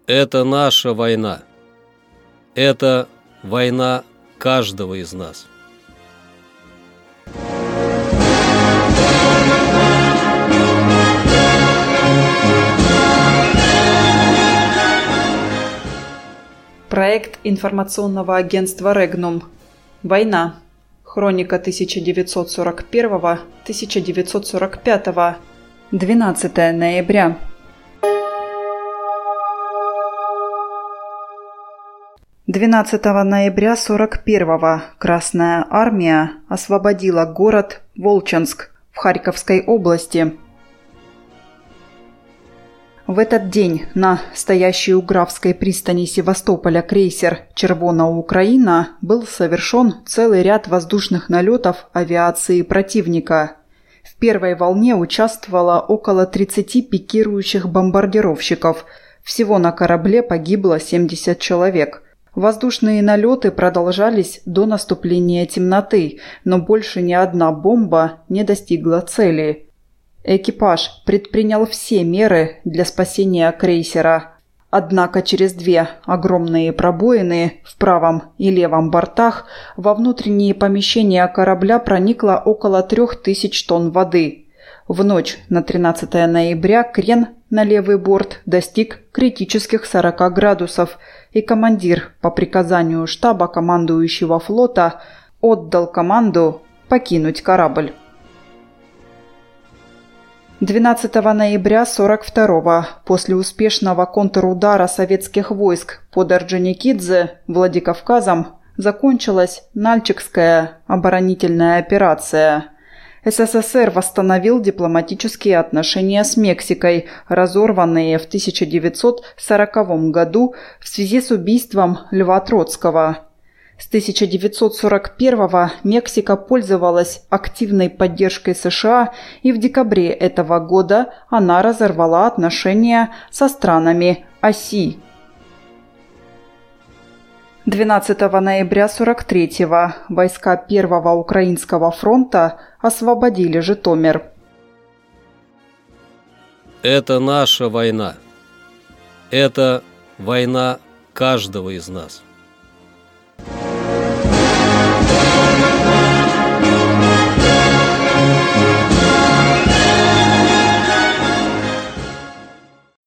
Это наша война. Это война каждого из нас. Проект информационного агентства «Регнум». Война. Хроника 1941-1945. 12 ноября. 12 ноября 41-го Красная армия освободила город Волчанск в Харьковской области. В этот день на стоящей у Графской пристани Севастополя крейсер «Червона Украина» был совершен целый ряд воздушных налетов авиации противника. В первой волне участвовало около 30 пикирующих бомбардировщиков. Всего на корабле погибло 70 человек. Воздушные налеты продолжались до наступления темноты, но больше ни одна бомба не достигла цели. Экипаж предпринял все меры для спасения крейсера. Однако через две огромные пробоины в правом и левом бортах во внутренние помещения корабля проникло около 3000 тонн воды. В ночь на 13 ноября крен на левый борт достиг критических 40 градусов, и командир по приказанию штаба командующего флота отдал команду покинуть корабль. 12 ноября 42-го, после успешного контрудара советских войск под Орджоникидзе, Владикавказом, закончилась Нальчикская оборонительная операция. СССР восстановил дипломатические отношения с Мексикой, разорванные в 1940 году в связи с убийством Льва Троцкого. С 1941-го Мексика пользовалась активной поддержкой США, и в декабре этого года она разорвала отношения со странами оси. 12 ноября 43-го войска Первого Украинского фронта освободили Житомир. Это наша война. Это война каждого из нас.